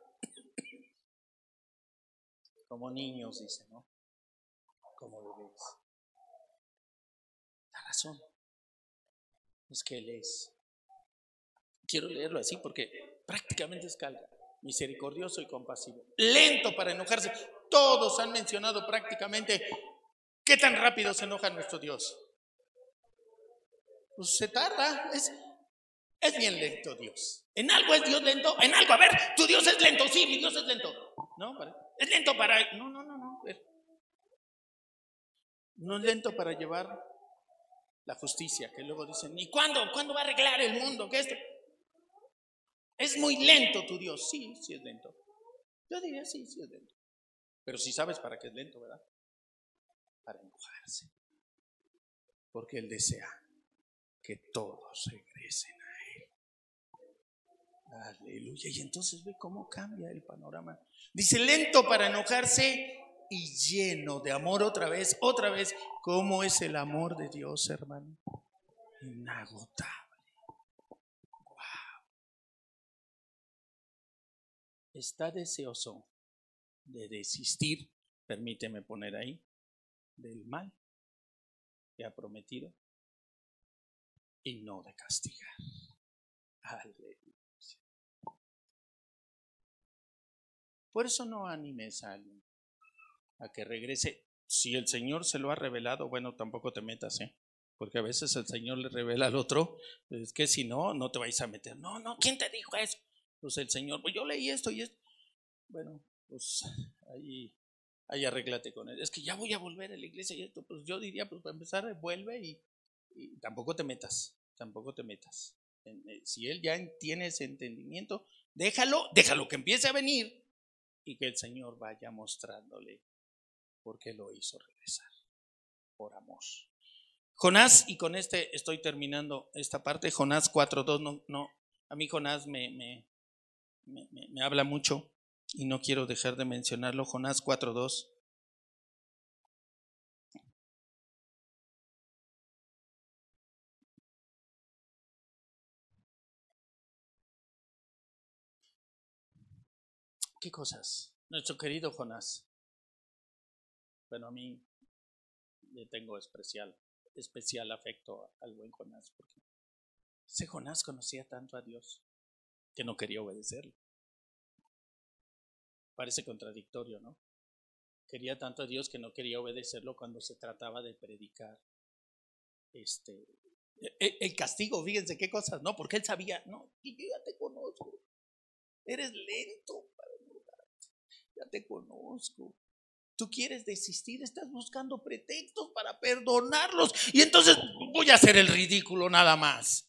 Como niños, dice, ¿no? Como bebés. La razón es que Él es. Quiero leerlo así porque Prácticamente es calca. Misericordioso y compasivo. Lento para enojarse. Todos han mencionado prácticamente qué tan rápido se enoja nuestro Dios. Pues se tarda. Es bien lento Dios. En algo es Dios lento. En algo, a ver, tu Dios es lento. Sí, mi Dios es lento. No, es lento para... No. No es lento para llevar la justicia, que luego dicen, ¿y cuándo va a arreglar el mundo? ¿Qué esto? Es muy lento tu Dios. Sí es lento. Yo diría sí es lento. Pero sí sabes para qué es lento, ¿verdad? Para enojarse. Porque Él desea que todos regresen a Él. Aleluya. Y entonces ve cómo cambia el panorama. Dice lento para enojarse y lleno de amor otra vez. ¿Cómo es el amor de Dios, hermano? Inagotable. Wow. Está deseoso de desistir, permíteme poner ahí, del mal que ha prometido y no de castigar. Aleluya. Por eso no animes a alguien a que regrese. Si el Señor se lo ha revelado, bueno, tampoco te metas, porque a veces el Señor le revela al otro, es que si no, no te vais a meter. No, ¿quién te dijo eso? Pues el Señor, pues yo leí esto y esto. Bueno, pues ahí arréglate con él. Es que ya voy a volver a la iglesia y esto, pues yo diría, pues para empezar, vuelve y tampoco te metas. Si él ya tiene ese entendimiento, déjalo que empiece a venir y que el Señor vaya mostrándole por qué lo hizo regresar, por amor. Jonás, y con este estoy terminando esta parte, Jonás 4:2, no, a mí Jonás me habla mucho y no quiero dejar de mencionarlo. Jonás 4:2. ¿Qué cosas? Nuestro querido Jonás. Bueno, a mí le tengo especial afecto al buen Jonás, porque ese Jonás conocía tanto a Dios que no quería obedecerlo. Parece contradictorio, ¿no? Quería tanto a Dios que no quería obedecerlo cuando se trataba de predicar el castigo. Fíjense qué cosas, ¿no? Porque él sabía, no, y yo ya te conozco, eres lento para enojarte, ya te conozco. Tú quieres desistir, estás buscando pretextos para perdonarlos y entonces voy a hacer el ridículo nada más.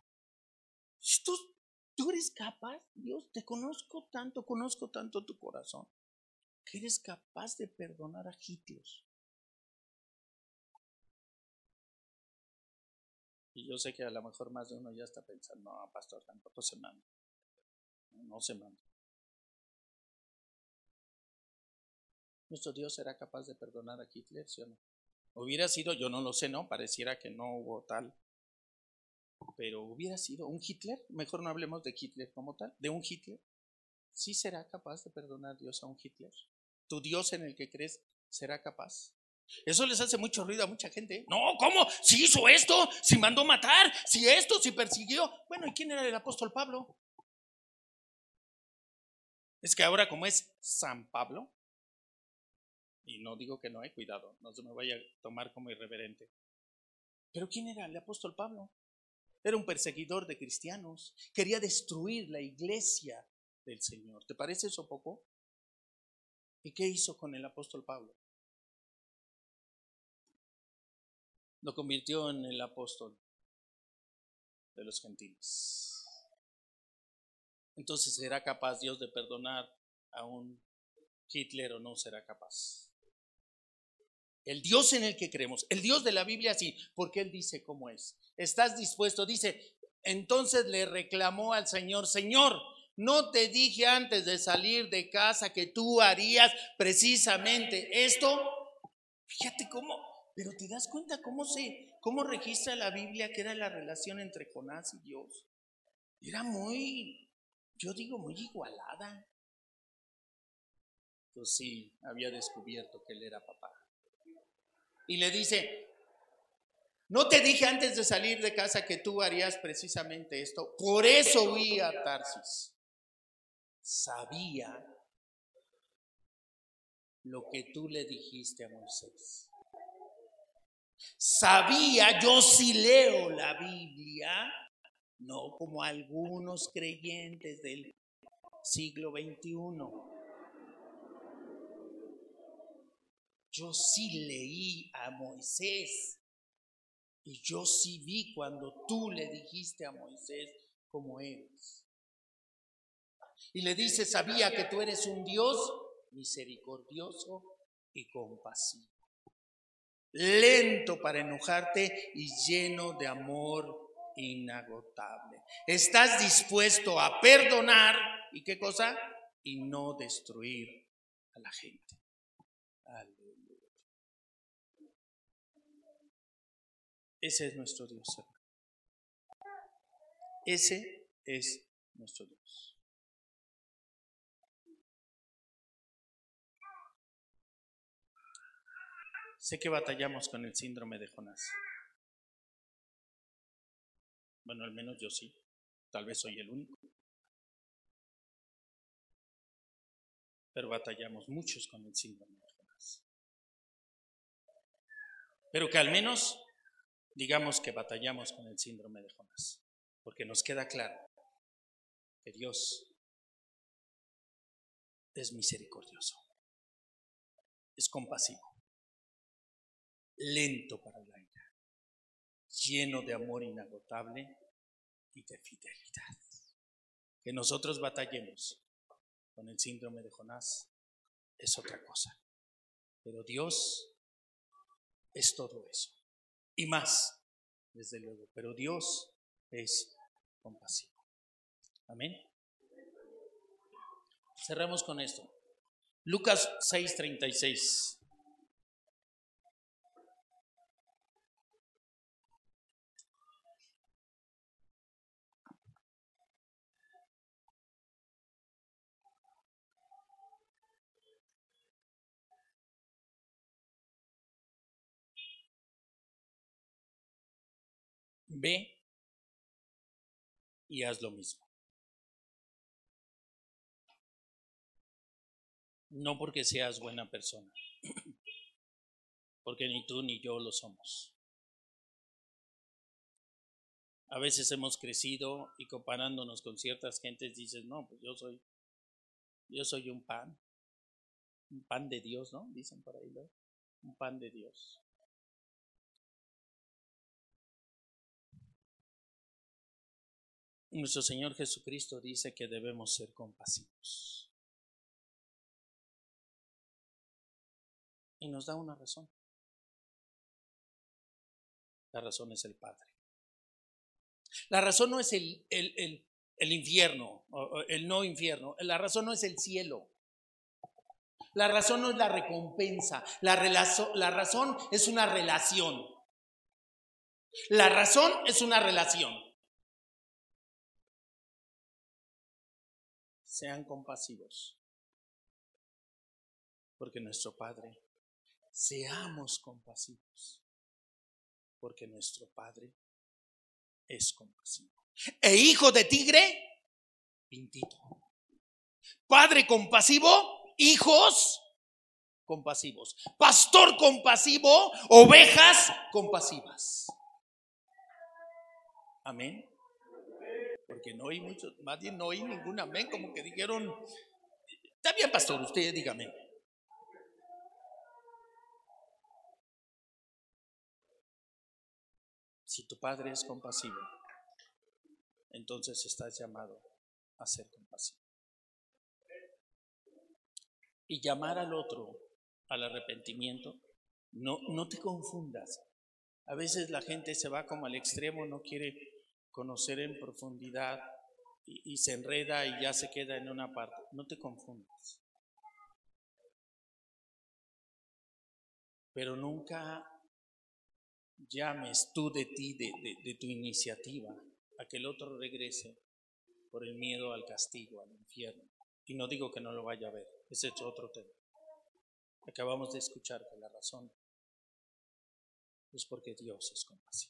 Tú eres capaz, Dios, te conozco tanto tu corazón, que eres capaz de perdonar a Hitler. Y yo sé que a lo mejor más de uno ya está pensando, no, pastor, tampoco se manda. No se manda. ¿Nuestro Dios será capaz de perdonar a Hitler, sí o no? Hubiera sido, yo no lo sé, ¿no? Pareciera que no hubo tal. Pero hubiera sido un Hitler, mejor no hablemos de Hitler como tal, de un Hitler. ¿Sí será capaz de perdonar Dios a un Hitler? ¿Tu Dios en el que crees será capaz? Eso les hace mucho ruido a mucha gente. No, ¿cómo? Si hizo esto, si mandó matar, si esto, si persiguió. Bueno, ¿y quién era el apóstol Pablo? Es que ahora como es San Pablo, y no digo que no, cuidado, no se me vaya a tomar como irreverente. Pero ¿quién era el apóstol Pablo? Era un perseguidor de cristianos, quería destruir la iglesia del Señor. ¿Te parece eso poco? ¿Y qué hizo con el apóstol Pablo? Lo convirtió en el apóstol de los gentiles. Entonces, ¿será capaz Dios de perdonar a un Hitler o no será capaz? El Dios en el que creemos, el Dios de la Biblia, sí, porque Él dice cómo es. ¿Estás dispuesto? Dice, entonces le reclamó al Señor, Señor, ¿no te dije antes de salir de casa que tú harías precisamente esto? Fíjate cómo, pero te das cuenta cómo registra la Biblia que era la relación entre Jonás y Dios. Era muy igualada. Pues sí, había descubierto que él era papá. Y le dice, ¿no te dije antes de salir de casa que tú harías precisamente esto? Por eso huí a Tarsis. sabía lo que tú le dijiste a Moisés. Sabía, yo sí leo la Biblia, no como algunos creyentes del siglo XXI. Yo sí leí a Moisés y yo sí vi cuando tú le dijiste a Moisés cómo eres. Y le dice, sabía que tú eres un Dios misericordioso y compasivo, lento para enojarte y lleno de amor inagotable. Estás dispuesto a perdonar y ¿qué cosa? Y no destruir a la gente. Aleluya. Ese es nuestro Dios, hermano. Ese es nuestro Dios. Sé que batallamos con el síndrome de Jonás. Bueno, al menos yo sí. Tal vez soy el único. Pero batallamos muchos con el síndrome de Jonás. Pero que al menos digamos que batallamos con el síndrome de Jonás. Porque nos queda claro que Dios es misericordioso, es compasivo, lento para la ira, lleno de amor inagotable y de fidelidad. Que nosotros batallemos con el síndrome de Jonás es otra cosa. Pero Dios es todo eso. Y más, desde luego. Pero Dios es compasivo. Amén. Cerramos con esto. Lucas 6:36. Ve y haz lo mismo. No porque seas buena persona, porque ni tú ni yo lo somos. A veces hemos crecido y comparándonos con ciertas gentes dices, no, pues yo soy un pan de Dios, ¿no? Dicen por ahí, ¿no? Un pan de Dios. Nuestro Señor Jesucristo dice que debemos ser compasivos. Y nos da una razón. La razón es el Padre. La razón no es el infierno, o el no infierno. La razón no es el cielo. La razón no es la recompensa. La razón es una relación. La razón es una relación. Sean compasivos. Porque nuestro Padre, seamos compasivos. Porque nuestro Padre es compasivo. E hijo de tigre, pintito. Padre compasivo, hijos compasivos. Pastor compasivo, ovejas compasivas. Amén. Porque no oí mucho, más bien no oí ningún amén, como que dijeron, está bien, pastor, usted dígame. Si tu Padre es compasivo, entonces estás llamado a ser compasivo. Y llamar al otro al arrepentimiento, no te confundas. A veces la gente se va como al extremo, no quiere conocer en profundidad y se enreda y ya se queda en una parte. No te confundas. Pero nunca llames tú de ti, de tu iniciativa, a que el otro regrese por el miedo al castigo, al infierno. Y no digo que no lo vaya a ver, ese es otro tema. Acabamos de escuchar que la razón es porque Dios es compasivo.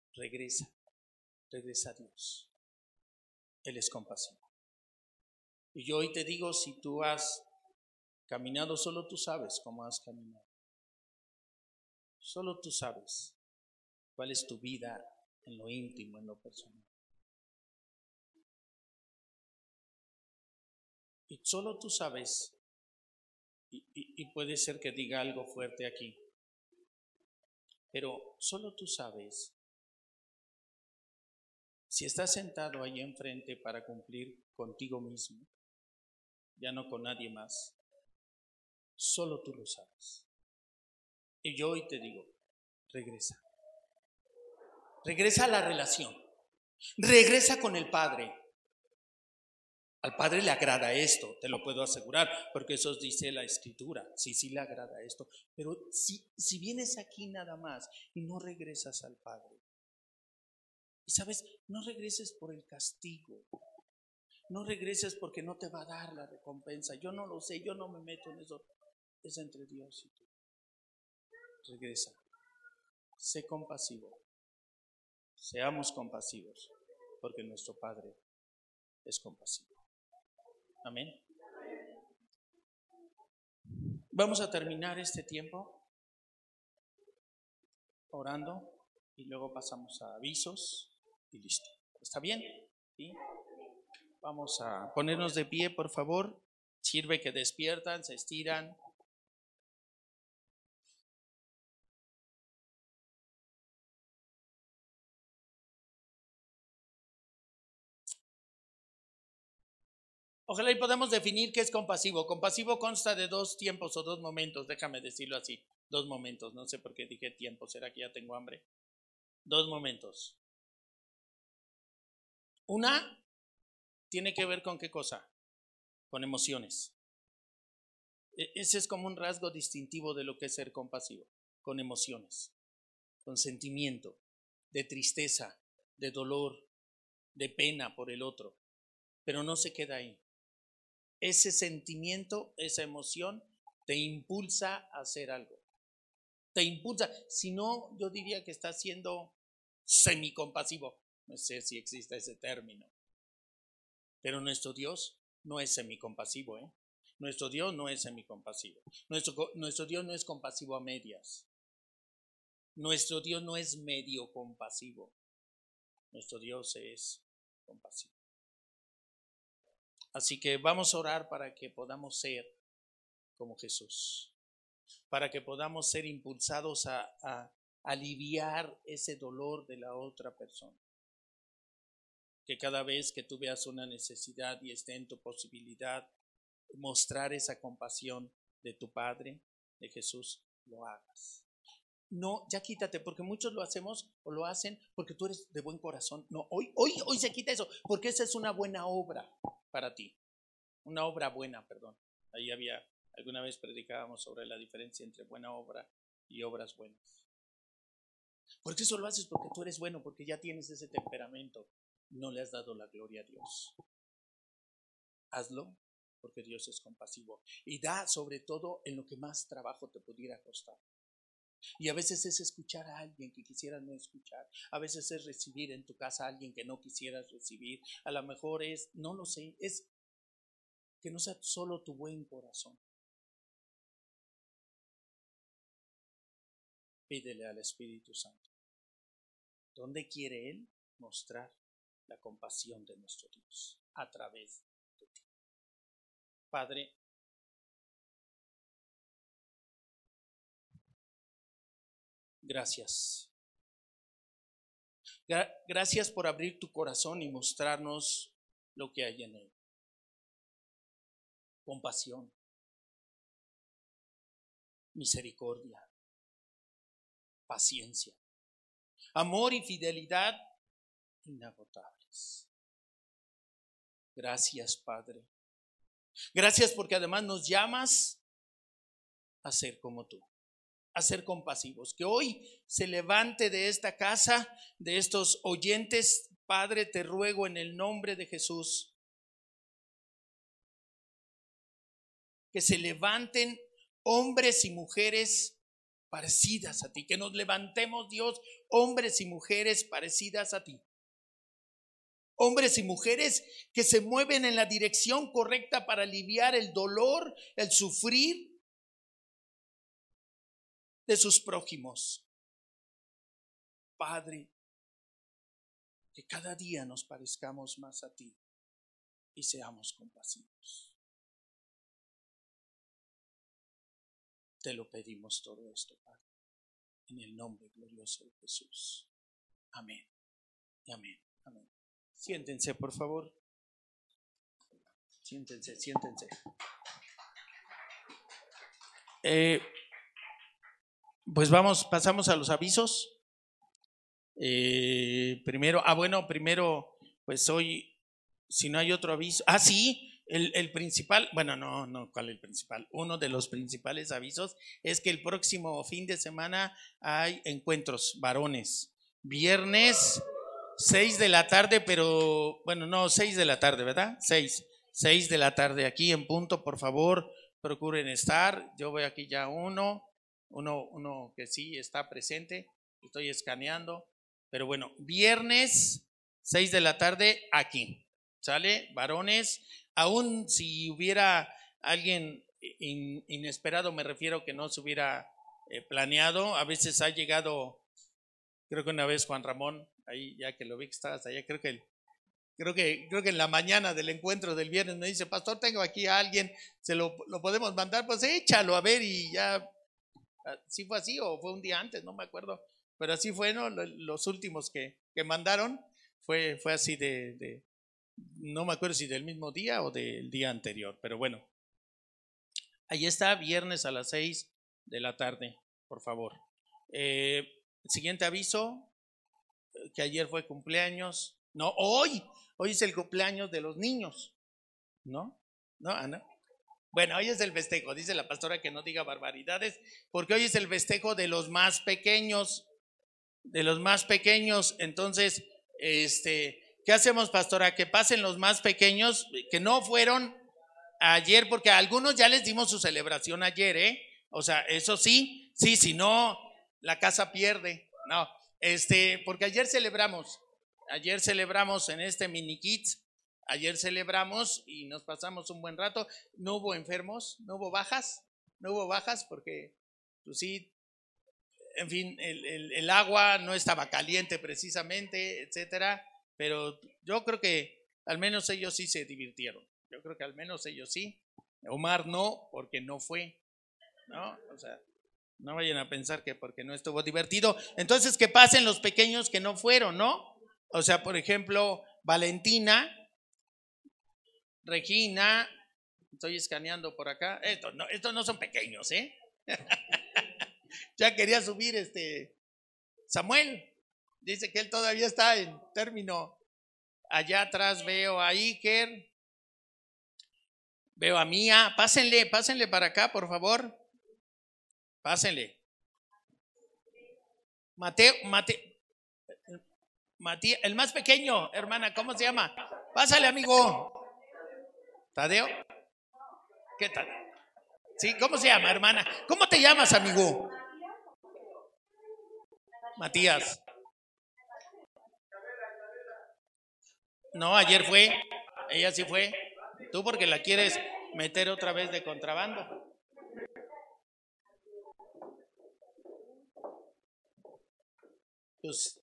Regresa a Dios. Él es compasivo. Y yo hoy te digo, si tú has caminado, solo tú sabes cómo has caminado. Solo tú sabes cuál es tu vida en lo íntimo, en lo personal. Y solo tú sabes, y puede ser que diga algo fuerte aquí, pero solo tú sabes si estás sentado ahí enfrente para cumplir contigo mismo, ya no con nadie más. Solo tú lo sabes. Y yo hoy te digo, regresa. Regresa a la relación. Regresa con el Padre. Al Padre le agrada esto, te lo puedo asegurar, porque eso dice la Escritura. Sí le agrada esto. Pero si vienes aquí nada más y no regresas al Padre, y sabes, no regreses por el castigo. No regreses porque no te va a dar la recompensa. Yo no lo sé, yo no me meto en eso. Es entre Dios y tú. Regresa. Sé compasivo. Seamos compasivos, porque nuestro Padre es compasivo. Amén. Vamos a terminar este tiempo orando y luego pasamos a avisos y listo. ¿Está bien? ¿Sí? Vamos a ponernos de pie, por favor. Sirve que despiertan, se estiran. Ojalá y podamos definir qué es compasivo. Compasivo consta de 2 tiempos o 2 momentos, déjame decirlo así, 2 momentos, no sé por qué dije tiempo, ¿será que ya tengo hambre? 2 momentos. Una tiene que ver con qué cosa, con emociones. Ese es como un rasgo distintivo de lo que es ser compasivo, con emociones, con sentimiento, de tristeza, de dolor, de pena por el otro, pero no se queda ahí. Ese sentimiento, esa emoción te impulsa a hacer algo. Te impulsa. Si no, yo diría que está siendo semicompasivo. No sé si existe ese término. Pero nuestro Dios no es semicompasivo, ¿eh? Nuestro Dios no es semicompasivo. Nuestro Dios no es compasivo a medias. Nuestro Dios no es medio compasivo. Nuestro Dios es compasivo. Así que vamos a orar para que podamos ser como Jesús. Para que podamos ser impulsados a aliviar ese dolor de la otra persona. Que cada vez que tú veas una necesidad y esté en tu posibilidad, mostrar esa compasión de tu Padre, de Jesús, lo hagas. No, ya quítate, porque muchos lo hacemos o lo hacen porque tú eres de buen corazón. No, hoy se quita eso, porque esa es una buena obra para ti. Una obra buena, perdón. Ahí alguna vez predicábamos sobre la diferencia entre buena obra y obras buenas. Porque eso lo haces porque tú eres bueno, porque ya tienes ese temperamento. No le has dado la gloria a Dios. Hazlo porque Dios es compasivo. Y da sobre todo en lo que más trabajo te pudiera costar. Y a veces es escuchar a alguien que quisieras no escuchar. A veces es recibir en tu casa a alguien que no quisieras recibir. A lo mejor es, no lo sé, es que no sea solo tu buen corazón. Pídele al Espíritu Santo. ¿Dónde quiere Él mostrar la compasión de nuestro Dios? A través de ti. Padre, gracias. Gracias por abrir tu corazón y mostrarnos lo que hay en él. Compasión, misericordia, paciencia, amor y fidelidad inagotables. Gracias, Padre. Gracias porque además nos llamas a ser como tú, a ser compasivos. Que hoy se levante de esta casa, de estos oyentes, Padre, te ruego en el nombre de Jesús, que se levanten hombres y mujeres parecidas a ti, que nos levantemos, Dios, hombres y mujeres parecidas a ti, Hombres y mujeres que se mueven en la dirección correcta para aliviar el dolor, el sufrir de sus prójimos. Padre, que cada día nos parezcamos más a ti y seamos compasivos. Te lo pedimos todo esto, Padre, en el nombre glorioso de Jesús. Amén. Amén. Amén. Siéntense, por favor. Siéntense. Pues pasamos a los avisos. Primero, pues hoy, si no hay otro aviso. Sí, el principal, bueno, no, ¿cuál es el principal? Uno de los principales avisos es que el próximo fin de semana hay encuentros varones. Viernes 6 de la tarde, pero bueno, no, 6 de la tarde, ¿verdad? 6 de la tarde aquí en punto, por favor, procuren estar. Yo veo aquí ya uno que sí está presente, estoy escaneando, pero bueno, viernes 6 de la tarde aquí, ¿sale? Varones, aún si hubiera alguien inesperado, me refiero que no se hubiera planeado, a veces ha llegado, creo que una vez Juan Ramón, ahí ya que lo vi que estabas allá, creo que en la mañana del encuentro del viernes me dice, pastor, tengo aquí a alguien, ¿se lo podemos mandar? Pues échalo a ver y ya. ¿Sí fue así o fue un día antes? No me acuerdo, pero así fue, ¿no? Los últimos que mandaron fue así no me acuerdo si del mismo día o del día anterior, pero bueno, ahí está, viernes a las 6 de la tarde, por favor. Siguiente aviso, que ayer fue cumpleaños, no, hoy es el cumpleaños de los niños, ¿no? ¿No, Ana? Bueno, hoy es el festejo, dice la pastora que no diga barbaridades, porque hoy es el festejo de los más pequeños, entonces, ¿qué hacemos, pastora? Que pasen los más pequeños, que no fueron ayer, porque a algunos ya les dimos su celebración ayer, o sea, eso sí, si no, la casa pierde, no, porque ayer celebramos en este mini kids. Ayer celebramos y nos pasamos un buen rato. No hubo enfermos, no hubo bajas porque, pues sí, en fin, el agua no estaba caliente precisamente, etcétera. Pero yo creo que al menos ellos sí se divirtieron. Yo creo que al menos ellos sí. Omar no, porque no fue, ¿no? O sea, no vayan a pensar que porque no estuvo divertido. Entonces, que pasen los pequeños que no fueron, ¿no? O sea, por ejemplo, Valentina, Regina, estoy escaneando por acá. Estos no son pequeños, ¿eh? Ya quería subir Samuel. Dice que él todavía está en término. Allá atrás veo a Iker. Veo a Mía. Pásenle para acá, por favor. Pásenle. Mateo, Matías, el más pequeño, hermana, ¿cómo se llama? Pásale, amigo. ¿Tadeo? ¿Qué tal? Sí, ¿cómo se llama, hermana? ¿Cómo te llamas, amigo? Matías. No, ayer fue. Ella sí fue. Tú porque la quieres meter otra vez de contrabando. Pues,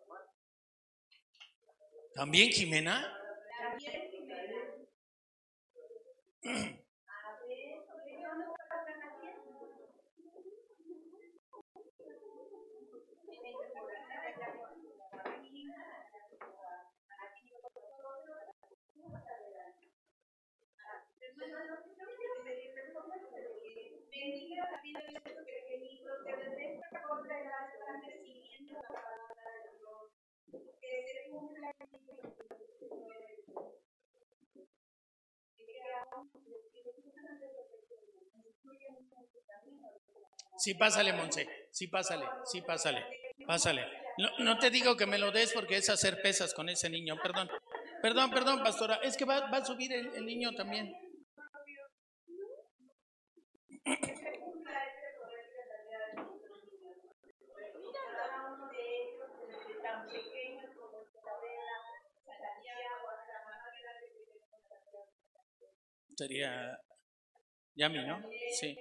¿también Jimena? Sí, pásale, Monse. Sí, pásale. Pásale. No te digo que me lo des porque es hacer pesas con ese niño. Perdón, pastora. Es que va a subir el niño también. Sería Yami, ¿no? Sí.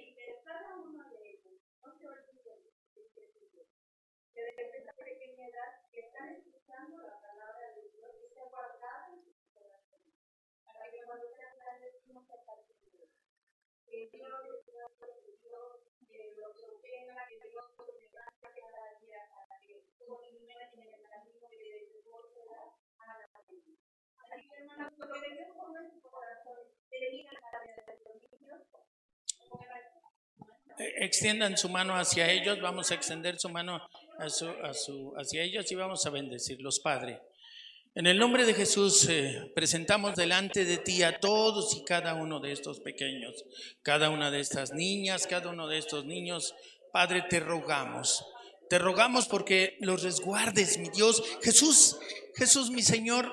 Extiendan su mano hacia ellos, vamos a extender su mano hacia ellos y vamos a bendecirlos, Padre. En el nombre de Jesús presentamos delante de ti a todos y cada uno de estos pequeños, cada una de estas niñas, cada uno de estos niños. Padre, te rogamos porque los resguardes, mi Dios. Jesús, mi Señor,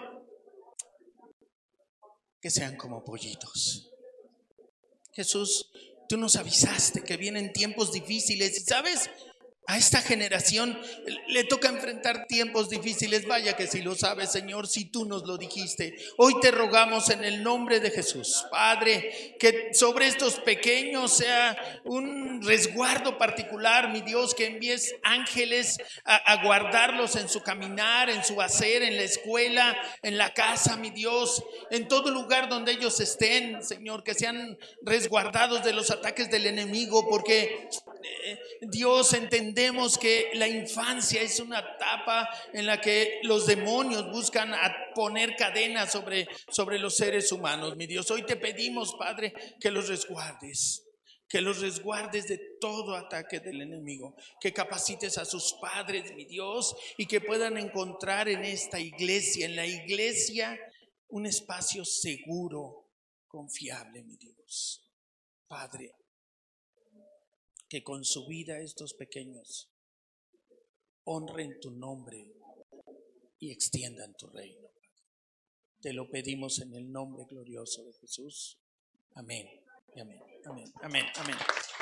que sean como pollitos. Jesús, tú nos avisaste que vienen tiempos difíciles y sabes, a esta generación le toca enfrentar tiempos difíciles. Vaya que si lo sabes, Señor, si tú nos lo dijiste. Hoy te rogamos en el nombre de Jesús, Padre, que sobre estos pequeños sea un resguardo particular, mi Dios, que envíes ángeles a guardarlos en su caminar, en su hacer, en la escuela, en la casa, mi Dios, en todo lugar donde ellos estén, Señor, que sean resguardados de los ataques del enemigo, porque Dios, entendemos que la infancia es una etapa en la que los demonios buscan poner cadenas sobre los seres humanos, mi Dios. Hoy te pedimos, Padre, que los resguardes de todo ataque del enemigo, que capacites a sus padres, mi Dios, y que puedan encontrar en esta iglesia, en la iglesia, un espacio seguro, confiable, mi Dios. Padre, que con su vida estos pequeños honren tu nombre y extiendan tu reino. Te lo pedimos en el nombre glorioso de Jesús. Amén. Amén. Amén. Amén. Amén.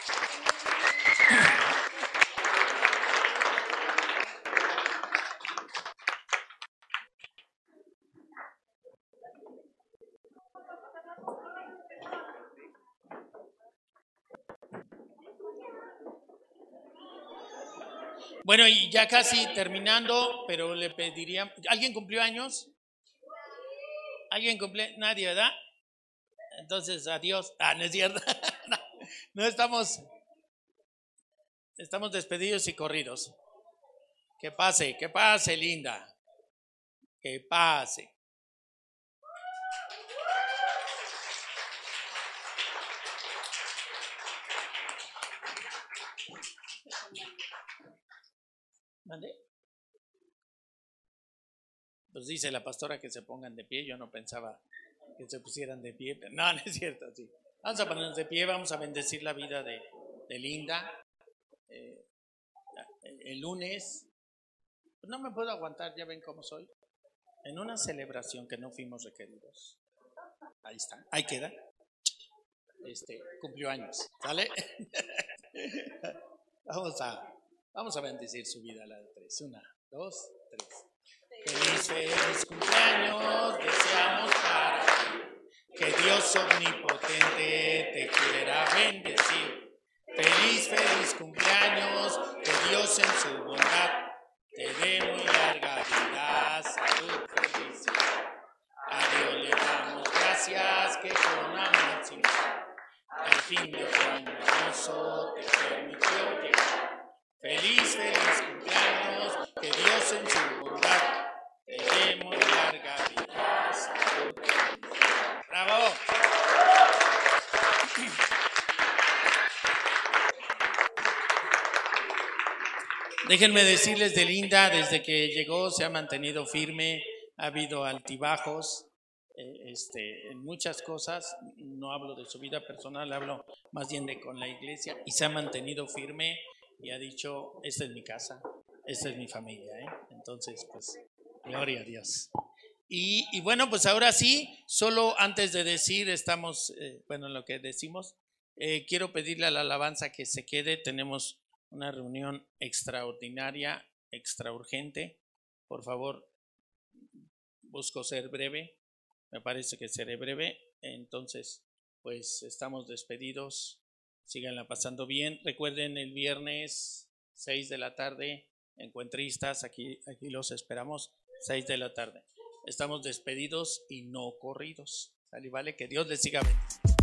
Bueno, y ya casi terminando, pero le pediría, ¿alguien cumplió años? ¿Alguien cumplió? Nadie, ¿verdad? Entonces, adiós. No es cierto. No estamos despedidos y corridos. Que pase, linda. Que pase. ¿Mande? Pues dice la pastora que se pongan de pie. Yo no pensaba que se pusieran de pie. Pero no es cierto, sí. Vamos a ponernos de pie, vamos a bendecir la vida de Linda. El lunes, pues no me puedo aguantar, ya ven cómo soy. En una celebración que no fuimos requeridos. Ahí está, ahí queda. Cumplió años, ¿sale? Vamos a bendecir su vida a la de 3. 1, 2, 3. Feliz cumpleaños deseamos para ti. Que Dios omnipotente te quiera bendecir. Feliz cumpleaños. Que Dios en su bondad te dé muy larga vida, salud, felicidad. A Dios le damos gracias que con amor sin al fin de tu año hermoso te permitió llegar. Feliz cumpleaños, que Dios en su bondad te dé muy larga vida, salud. ¡Bravo! Déjenme decirles de Linda, desde que llegó se ha mantenido firme, ha habido altibajos, en muchas cosas. No hablo de su vida personal, hablo más bien de con la iglesia, y se ha mantenido firme y ha dicho, esta es mi casa, esta es mi familia, ¿eh? Entonces, pues, gloria a Dios. Y bueno, pues ahora sí, solo antes de decir, estamos, bueno, en lo que decimos, quiero pedirle a la alabanza que se quede. Tenemos una reunión extraordinaria, extra urgente. Por favor, busco ser breve, me parece que seré breve. Entonces, pues estamos despedidos, síganla pasando bien. Recuerden, el viernes 6 de la tarde, encuentristas, aquí los esperamos, 6 de la tarde. Estamos despedidos y no corridos. ¿Sale? Vale, que Dios les siga bendiciendo.